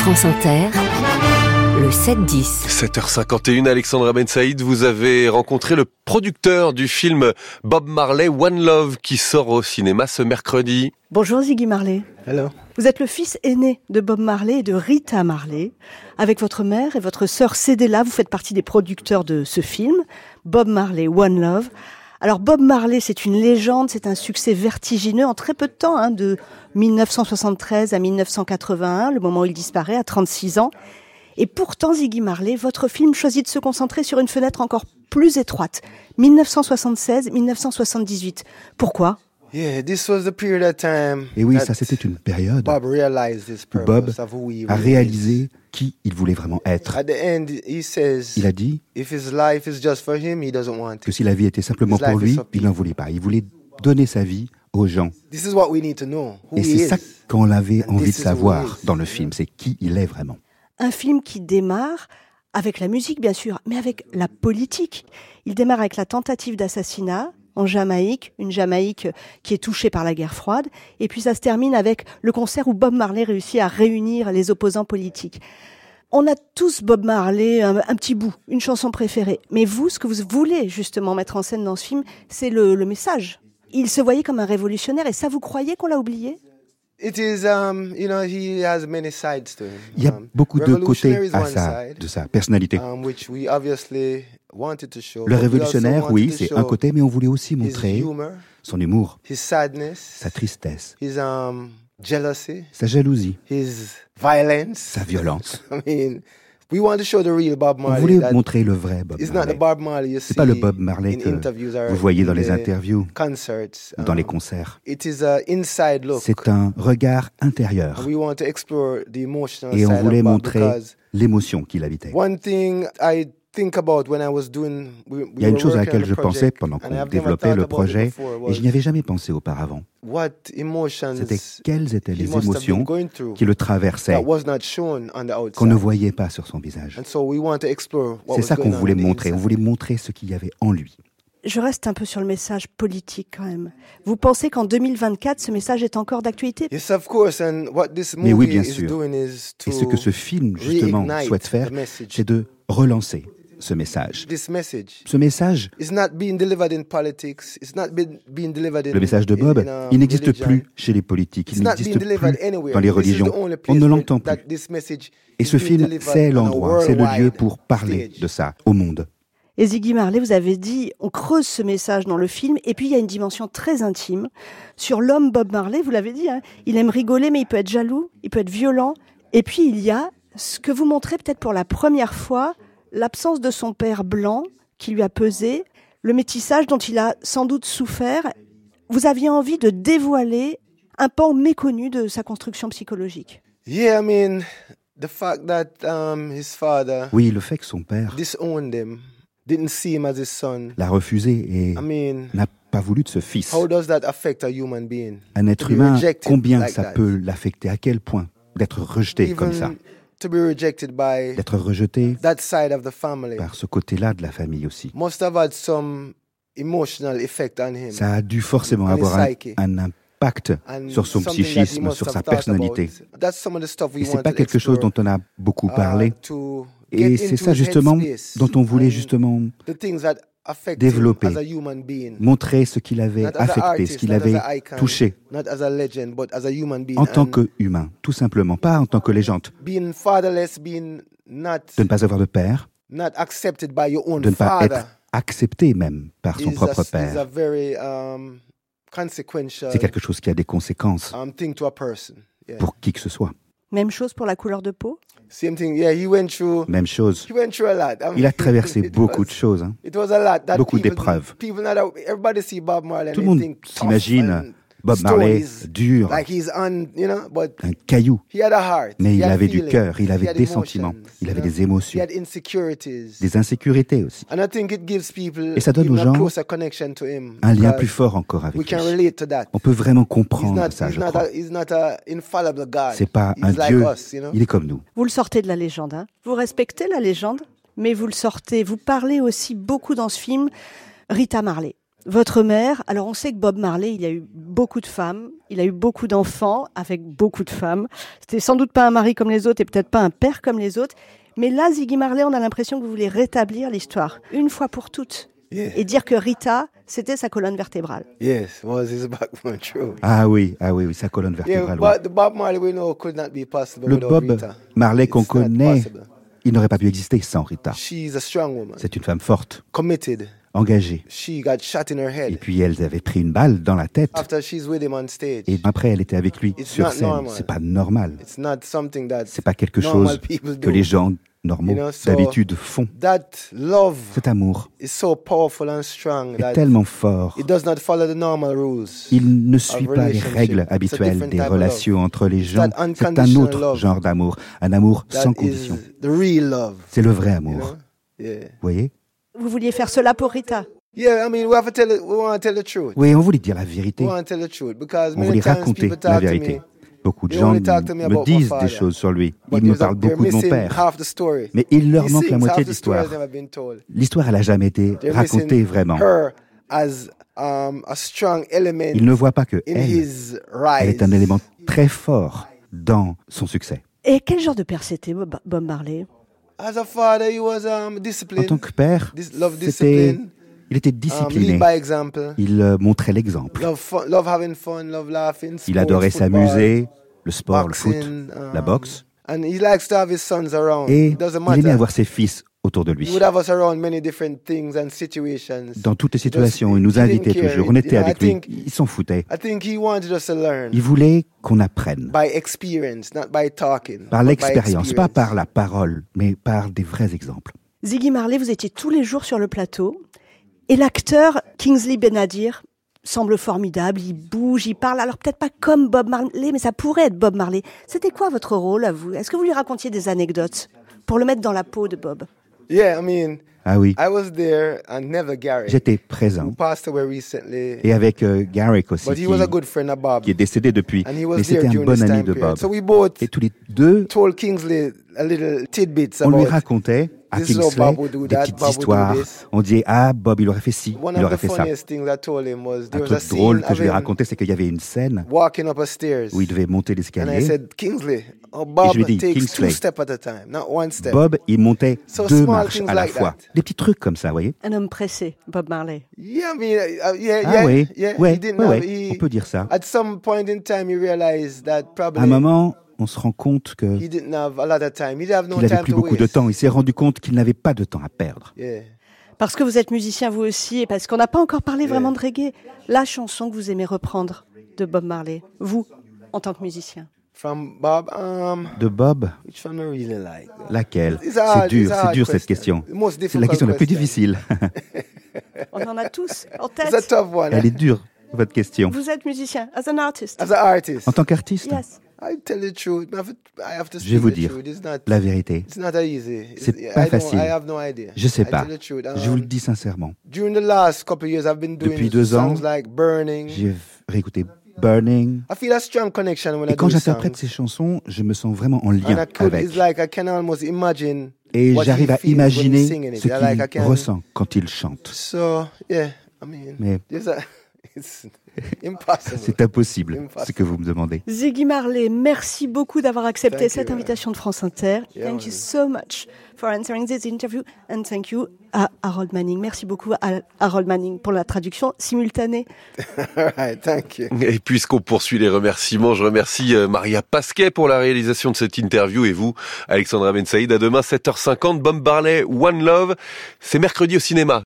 France Inter, le 7-10. 7h51, Alexandra Ben Saïd, vous avez rencontré le producteur du film Bob Marley, One Love, qui sort au cinéma ce mercredi. Bonjour Ziggy Marley. Hello. Vous êtes le fils aîné de Bob Marley et de Rita Marley. Avec votre mère et votre sœur Cédella, vous faites partie des producteurs de ce film, Bob Marley, One Love. Alors Bob Marley, c'est une légende, c'est un succès vertigineux en très peu de temps, de 1973 à 1981, le moment où il disparaît à 36 ans. Et pourtant, Ziggy Marley, votre film choisit de se concentrer sur une fenêtre encore plus étroite, 1976-1978. Pourquoi ? Yeah, this was the period of time. Et oui, ça c'était une période Bob realized his où Bob purpose of who he a really réalisé is. qui il voulait vraiment être. At the end, he says, Il a dit if his life is just for him, he doesn't want que it. si la vie était simplement His life pour is lui, for il n'en voulait pas. Il voulait donner sa vie aux gens. This is what we need to know, who Et he c'est ça is. qu'on avait And envie de this is who he savoir is. dans le film, c'est qui il est vraiment. Un film qui démarre avec la musique, bien sûr, mais avec la politique. Il démarre avec la tentative d'assassinat en Jamaïque, une Jamaïque qui est touchée par la guerre froide, et puis ça se termine avec le concert où Bob Marley réussit à réunir les opposants politiques. On a tous Bob Marley, un petit bout, une chanson préférée. Mais vous, ce que vous voulez justement mettre en scène dans ce film, c'est le message. Il se voyait comme un révolutionnaire, et ça, vous croyez qu'on l'a oublié ? It is, he has many sides to him. Il y a beaucoup de côtés Revolutionary is à one side, de sa personnalité. which we obviously wanted to show. Le but we also révolutionnaire, wanted oui, to c'est show un côté, mais on voulait aussi his montrer humor, son humour, his sadness, sa tristesse, his jealousy, sa jalousie, his violence. sa violence. I mean, we want to show the real Bob On Marley. voulait that montrer le vrai Bob it's not the Marley. Bob Marley you C'est pas le see Bob Marley in que interviews or vous voyez dans in les the interviews concerts. ou dans les concerts. It is an inside look. C'est un regard intérieur. And we want to explore the emotional Et on side voulait of Bob montrer because l'émotion qu'il habitait. one thing I think about when I was doing. Il y a une chose à laquelle je pensais pendant qu'on développait le projet, et je n'y avais jamais pensé auparavant. What emotions C'était quelles étaient he les must have been émotions going through qui le traversaient, that was not shown on the qu'on ne outside. voyait pas sur son visage. And so we want to explore what C'est was ça qu'on going on voulait on the montrer. On inside. voulait montrer ce qu'il y avait en lui. Je reste un peu sur le message politique quand même. Vous pensez qu'en 2024, ce message est encore d'actualité ? Yes, of course. And what this Mais oui, movie bien is sûr. doing is to Et ce que ce film, justement, reignite souhaite faire, the message. c'est de relancer ce message. This message Ce message, is not being delivered in politics. It's not being delivered in. le message de Bob, il n'existe religion. plus chez les politiques, It's il not n'existe being delivered plus anywhere. dans les This is religions. the only On place ne where l'entend plus. that this message Et is ce being film, delivered c'est on a l'endroit, c'est le lieu worldwide pour parler stage. de ça au monde. Et Ziggy Marley, vous avez dit, on creuse ce message dans le film, et puis il y a une dimension très intime sur l'homme Bob Marley, vous l'avez dit, il aime rigoler, mais il peut être jaloux, il peut être violent. Et puis il y a ce que vous montrez peut-être pour la première fois, l'absence de son père blanc qui lui a pesé, le métissage dont il a sans doute souffert. Vous aviez envie de dévoiler un pan méconnu de sa construction psychologique. Yeah, I mean, the fact that his father Oui, le fait que son père disowned him, didn't see him as his son. l'a refusé et I mean, n'a pas voulu de ce fils. how does that affect a human being? Un To être be humain, rejected combien like ça that? peut l'affecter, à quel point d'être rejeté comme ça, Even to be rejected by d'être rejeté that side of the family par ce côté-là de la famille aussi. must have had some emotional effect on him. Ça a dû forcément On his avoir psyche. un impact And sur son something that he psychisme, must sur have sa thought personnalité. about. That's some of the stuff we Et c'est wanted pas quelque to chose explore, dont on a beaucoup parlé. to Et get c'est into ça his justement headspace dont on voulait and justement the things that affect développer, him as a human being. montrer ce qu'il avait Not as a affecté, artist, ce qu'il not as avait a icon, touché not as a legend, but as a human being. en tant And qu'humain, tout simplement, pas en tant que légende. being fatherless, being not De ne pas avoir de père, accepted by your own de ne pas father être accepté même par son propre is a père. very consequential C'est quelque chose qui a des conséquences thing to a person. Yeah. pour qui que ce soit. Même chose pour la couleur de peau ? Same thing. Yeah, he went through Même chose. a lot. I mean, Il a traversé it beaucoup was- de choses. Hein. It was a lot. That Beaucoup people- d'épreuves. People not, everybody see Bob Marley. Tout and le monde they think tough s'imagine and Bob Marley stories, dur, like he's on, but un caillou. he had a heart. Mais he il had avait du feelings, cœur, il avait he had des emotions, sentiments, il you avait know. des émotions, He had insecurities. des insécurités aussi. And I think it gives people Et ça donne even aux a gens closer connection to him. Un lien because plus fort encore we avec can lui. relate to that. On peut vraiment He's comprendre not, ça, he's je not, crois. he's not a infallible God. C'est pas un He's like Dieu, us, you know. il est comme nous. Vous le sortez de la légende, Vous respectez la légende, mais vous le sortez. Vous parlez aussi beaucoup dans ce film Rita Marley. Votre mère, alors on sait que Bob Marley, il a eu beaucoup de femmes, il a eu beaucoup d'enfants avec beaucoup de femmes. C'était sans doute pas un mari comme les autres et peut-être pas un père comme les autres. Mais là, Ziggy Marley, on a l'impression que vous voulez rétablir l'histoire, une fois pour toutes. Yeah. Et dire que Rita, c'était sa colonne vertébrale. Yes, was his backbone, true. Ah oui, sa colonne vertébrale. Yeah, but the Bob Marley we know could not be possible Le without Bob Rita. Marley qu'on It's not connaît, possible. il n'aurait pas pu exister sans Rita. She's a strong woman, C'est une femme forte, committed. engagée. She got shot in her Et head puis elle avait pris une balle dans la tête. after she's with him on stage. Et après, elle était avec lui It's sur not scène. normal. C'est pas normal. It's not something that C'est pas quelque normal chose people que do. les gens normaux You know, so d'habitude font. That love Cet amour is so powerful and strong est that tellement fort. it does not follow the normal rules. Il ne suit pas les relationship. règles It's a habituelles different des type of relations love. entre les gens. that C'est un unconditional autre love. genre d'amour. Un amour That sans is condition. the real love. C'est le vrai You amour. know? Yeah. Vous voyez? Vous vouliez faire cela pour Rita. Yeah, I mean, we want to tell the truth. Oui, on voulait dire la vérité. We want to tell the truth because On many voulait times raconter people la talk to vérité. me, Beaucoup de they gens only talk to me about me my disent father. des choses sur lui. but Ils me they're parlent beaucoup de mon missing père. half the story. Mais il leur He manque la sings, moitié half de the story has l'histoire. never been told. L'histoire, elle n'a jamais été They're racontée missing vraiment. her as a strong element Ils ne voient pas que in elle his est rise. un élément très fort dans son succès. Et quel genre de père c'était, Bob Marley? As a father, he was En disciplined. tant que père, Love c'était, discipline. il était Lead discipliné. by example. Il montrait l'exemple. Love having fun, love laughing. Il adorait sports, football, s'amuser, le sport, le foot, boxing, la boxe. And he likes to have his sons around. Et It doesn't il aimait matter. avoir ses fils autour de He lui. would have us around many different things and situations. Dans toutes les Just- situations, il nous he didn't invitait care. toujours. On était You know, avec lui. Il s'en foutait. I think he wanted us to learn Il voulait qu'on apprenne. by experience, not by talking. Par but by l'expérience, pas experience. par la parole, mais par des vrais exemples. Ziggy Marley, vous étiez tous les jours sur le plateau. Et l'acteur Kingsley Benadir semble formidable. Il bouge, il parle. Alors peut-être pas comme Bob Marley, mais ça pourrait être Bob Marley. C'était quoi votre rôle à vous? Est-ce que vous lui racontiez des anecdotes pour le mettre dans la peau de Bob? Yeah, I mean, Ah oui, I was there and never Gary, j'étais who présent. passed away recently. Et avec Garrick aussi, But he was a good friend of Bob. qui est décédé depuis. And he was Mais there c'était un during bon this ami time de period. Bob. So we both Et tous les deux, told Kingsley a little tidbits on lui about racontait à this is how Kingsley Bob would do des that, petites Bob would do histoires. this. On disait, ah, Bob, il aurait fait ci, One il of aurait the fait ça. funniest things I told him was Un there was a truc drôle scene que of je lui ai him raconté, c'est qu'il y avait une scène walking up a stairs. où il devait monter And I l'escalier. said, Kingsley, Bob je lui ai dit, takes Kingsley, 2 steps at a time, not 1 step. Bob, il montait So 2 small marches things à la like fois. that. Des petits trucs comme ça, vous voyez. Un homme pressé, Bob Marley. Yeah, I mean, yeah, Ah yeah, oui, yeah. ouais, He didn't ouais, have, ouais, on peut dire ça. At some point in time, he realized that À un probably moment, on se rend compte que he didn't have a lot of time. He didn't have no qu'il n'avait time plus to beaucoup de waste. temps. Il s'est rendu compte qu'il n'avait pas de temps à perdre. Yeah. Parce que vous êtes musicien vous aussi, et parce qu'on n'a pas encore parlé Yeah. vraiment de reggae. La chanson que vous aimez reprendre de Bob Marley, vous, en tant que musicien. From Bob, De Bob, which one I really like? laquelle? It's a hard- C'est it's a hard dur cette question. The most C'est la difficult question la plus question. difficile. On en a tous en It's a tête. tough one. Elle est dure, votre question. Vous êtes musicien, as an artist. As an artist, En tant qu'artiste, Yes. I tell the truth. I have to je speak vais vous the dire truth. It's not, la vérité. it's not easy. C'est It's- pas I don't- facile. I have no idea. Je sais I pas. tell the truth. Je vous le dis sincèrement. During the last couple of years, I've been doing Depuis 2 ans, songs like Burning. J'ai réécouté Burning. I feel a strong connection when Et I quand do j'interprète songs. ces chansons, je me sens vraiment en And lien I could, avec. it's like I can almost imagine Et what j'arrive he à feels when he's imaginer singing it. ce Like I qu'il can- ressent quand il chante. So, yeah, I mean, Mais it's impossible. c'est impossible, Impossible. ce que vous me demandez. Ziggy Marley, merci beaucoup d'avoir accepté Thank cette you. invitation de France Inter. Yeah, Thank you man. so much for answering this interview and thank you à Harold Manning. Merci beaucoup à Harold Manning pour la traduction simultanée. All right, thank you. Et puisqu'on poursuit les remerciements, je remercie Maria Pasquet pour la réalisation de cette interview et vous, Alexandra Ben Saïd. À demain, 7h50, Bob Marley, One Love. C'est mercredi au cinéma.